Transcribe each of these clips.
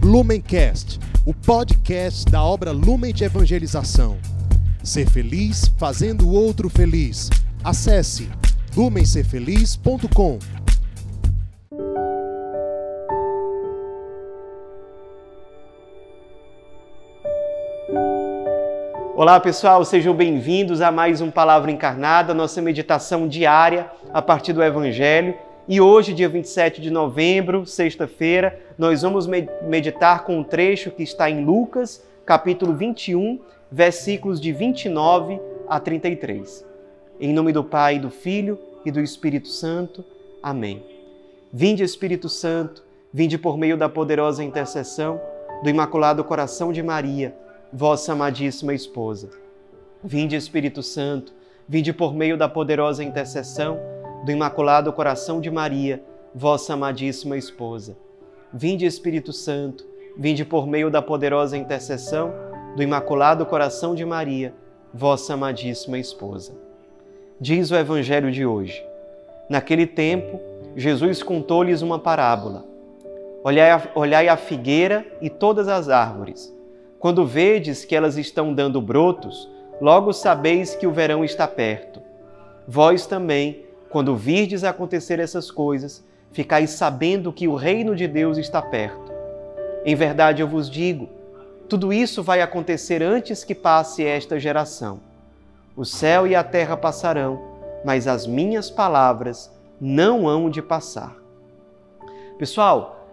Lumencast, o podcast da obra Lumen de Evangelização. Ser feliz fazendo o outro feliz. Acesse lumencerfeliz.com. Olá pessoal, sejam bem-vindos a mais um Palavra Encarnada, nossa meditação diária a partir do Evangelho. E hoje, dia 27 de novembro, sexta-feira, nós vamos meditar com um trecho que está em Lucas, capítulo 21, versículos de 29 a 33. Em nome do Pai, do Filho e do Espírito Santo. Amém. Vinde, Espírito Santo, vinde por meio da poderosa intercessão do Imaculado Coração de Maria, vossa amadíssima esposa. Vinde, Espírito Santo, vinde por meio da poderosa intercessão do Imaculado Coração de Maria, vossa amadíssima esposa. Vinde, Espírito Santo, vinde por meio da poderosa intercessão do Imaculado Coração de Maria, vossa amadíssima esposa. Diz o Evangelho de hoje. Naquele tempo, Jesus contou-lhes uma parábola. Olhai a figueira e todas as árvores. Quando vedes que elas estão dando brotos, logo sabeis que o verão está perto. Vós também, quando virdes acontecer essas coisas, ficais sabendo que o reino de Deus está perto. Em verdade eu vos digo, tudo isso vai acontecer antes que passe esta geração. O céu e a terra passarão, mas as minhas palavras não hão de passar. Pessoal,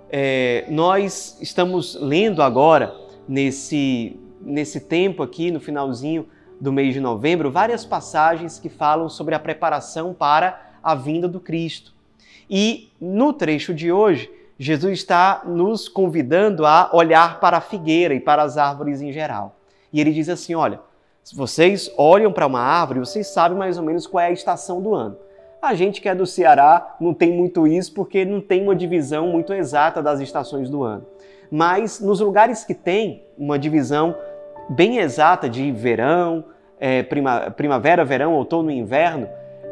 nós estamos lendo agora, nesse tempo aqui, no finalzinho do mês de novembro, várias passagens que falam sobre a preparação para a vinda do Cristo. E no trecho de hoje, Jesus está nos convidando a olhar para a figueira e para as árvores em geral. E ele diz assim, olha, se vocês olham para uma árvore, vocês sabem mais ou menos qual é a estação do ano. A gente que é do Ceará não tem muito isso porque não tem uma divisão muito exata das estações do ano. Mas nos lugares que tem uma divisão bem exata de verão, primavera, verão, outono e inverno,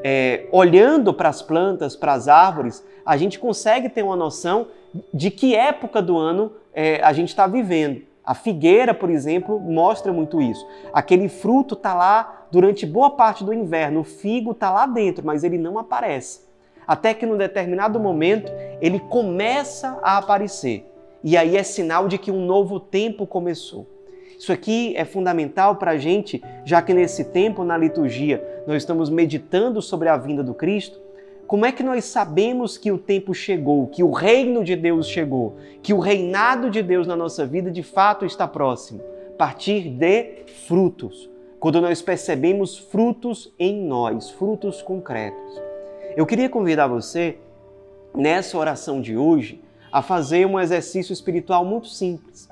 olhando para as plantas, para as árvores, a gente consegue ter uma noção de que época do ano a gente está vivendo. A figueira, por exemplo, mostra muito isso. Aquele fruto está lá durante boa parte do inverno, o figo está lá dentro, mas ele não aparece. Até que num determinado momento ele começa a aparecer. E aí é sinal de que um novo tempo começou. Isso aqui é fundamental para a gente, já que nesse tempo, na liturgia, nós estamos meditando sobre a vinda do Cristo. Como é que nós sabemos que o tempo chegou, que o reino de Deus chegou, que o reinado de Deus na nossa vida de fato está próximo? A partir de frutos. Quando nós percebemos frutos em nós, frutos concretos. Eu queria convidar você, nessa oração de hoje, a fazer um exercício espiritual muito simples.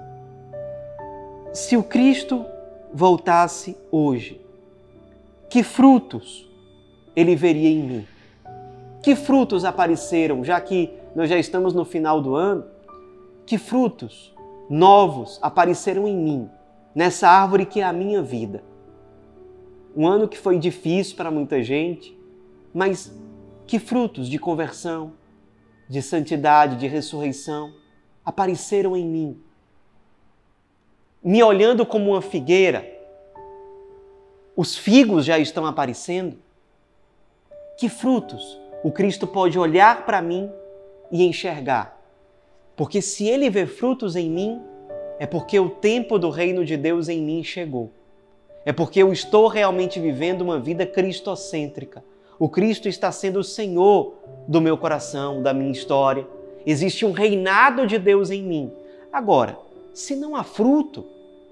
Se o Cristo voltasse hoje, que frutos ele veria em mim? Que frutos apareceram, já que nós já estamos no final do ano? Que frutos novos apareceram em mim, nessa árvore que é a minha vida? Um ano que foi difícil para muita gente, mas que frutos de conversão, de santidade, de ressurreição, apareceram em mim. Me olhando como uma figueira, os figos já estão aparecendo. Que frutos o Cristo pode olhar para mim e enxergar? Porque se Ele vê frutos em mim, é porque o tempo do reino de Deus em mim chegou. É porque eu estou realmente vivendo uma vida cristocêntrica. O Cristo está sendo o Senhor do meu coração, da minha história. Existe um reinado de Deus em mim. Agora, se não há fruto,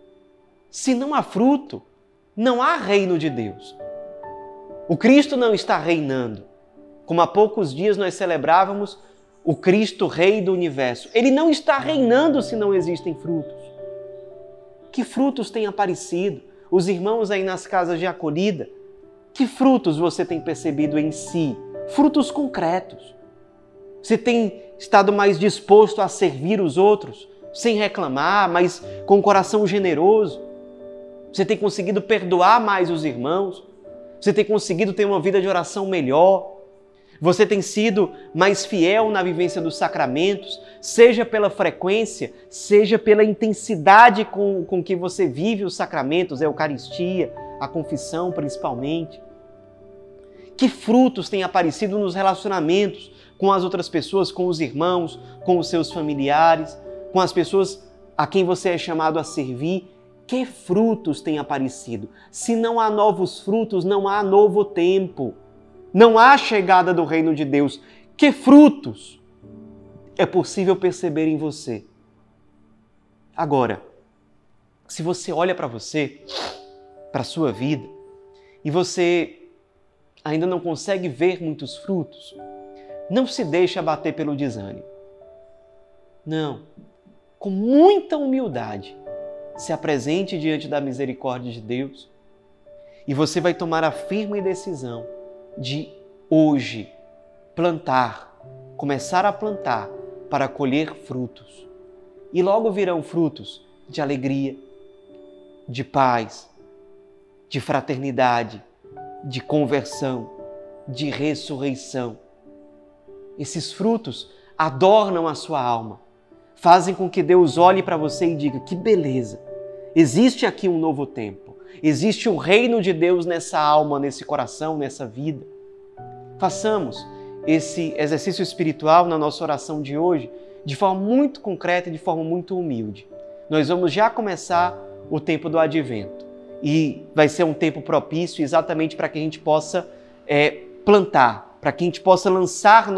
não há reino de Deus. O Cristo não está reinando. Como há poucos dias nós celebrávamos o Cristo Rei do Universo. Ele não está reinando se não existem frutos. Que frutos têm aparecido? Os irmãos aí nas casas de acolhida, que frutos você tem percebido em si? Frutos concretos. Você tem estado mais disposto a servir os outros, sem reclamar, mas com um coração generoso? Você tem conseguido perdoar mais os irmãos? Você tem conseguido ter uma vida de oração melhor? Você tem sido mais fiel na vivência dos sacramentos, seja pela frequência, seja pela intensidade com que você vive os sacramentos, a Eucaristia, a confissão principalmente? Que frutos têm aparecido nos relacionamentos com as outras pessoas, com os irmãos, com os seus familiares, com as pessoas a quem você é chamado a servir? Que frutos têm aparecido? Se não há novos frutos, não há novo tempo. Não há chegada do reino de Deus. Que frutos é possível perceber em você? Agora, se você olha para você, para a sua vida, e você ainda não consegue ver muitos frutos, não se deixe abater pelo desânimo. Não. Com muita humildade, se apresente diante da misericórdia de Deus e você vai tomar a firme decisão de hoje plantar, começar a plantar para colher frutos. E logo virão frutos de alegria, de paz, de fraternidade, de conversão, de ressurreição. Esses frutos adornam a sua alma, fazem com que Deus olhe para você e diga: que beleza! Existe aqui um novo tempo. Existe o reino de Deus nessa alma, nesse coração, nessa vida. Façamos esse exercício espiritual na nossa oração de hoje de forma muito concreta e de forma muito humilde. Nós vamos já começar o tempo do Advento e vai ser um tempo propício exatamente para que a gente possa plantar, para que a gente possa lançar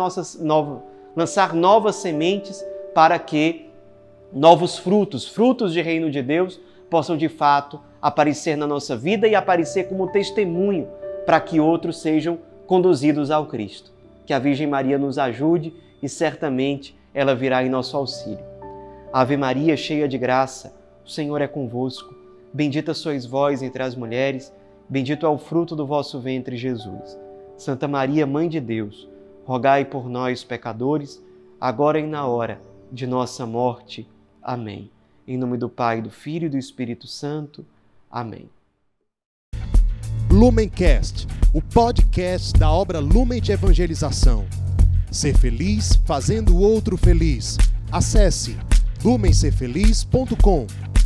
novas sementes para que novos frutos de reino de Deus, possam de fato aparecer na nossa vida e aparecer como testemunho para que outros sejam conduzidos ao Cristo. Que a Virgem Maria nos ajude e certamente ela virá em nosso auxílio. Ave Maria, cheia de graça, o Senhor é convosco. Bendita sois vós entre as mulheres, bendito é o fruto do vosso ventre, Jesus. Santa Maria, Mãe de Deus, rogai por nós, pecadores, agora e na hora de nossa morte. Amém. Em nome do Pai, do Filho e do Espírito Santo. Amém. Lumencast, o podcast da obra Lumen de Evangelização. Ser feliz fazendo o outro feliz. Acesse lumencerfeliz.com.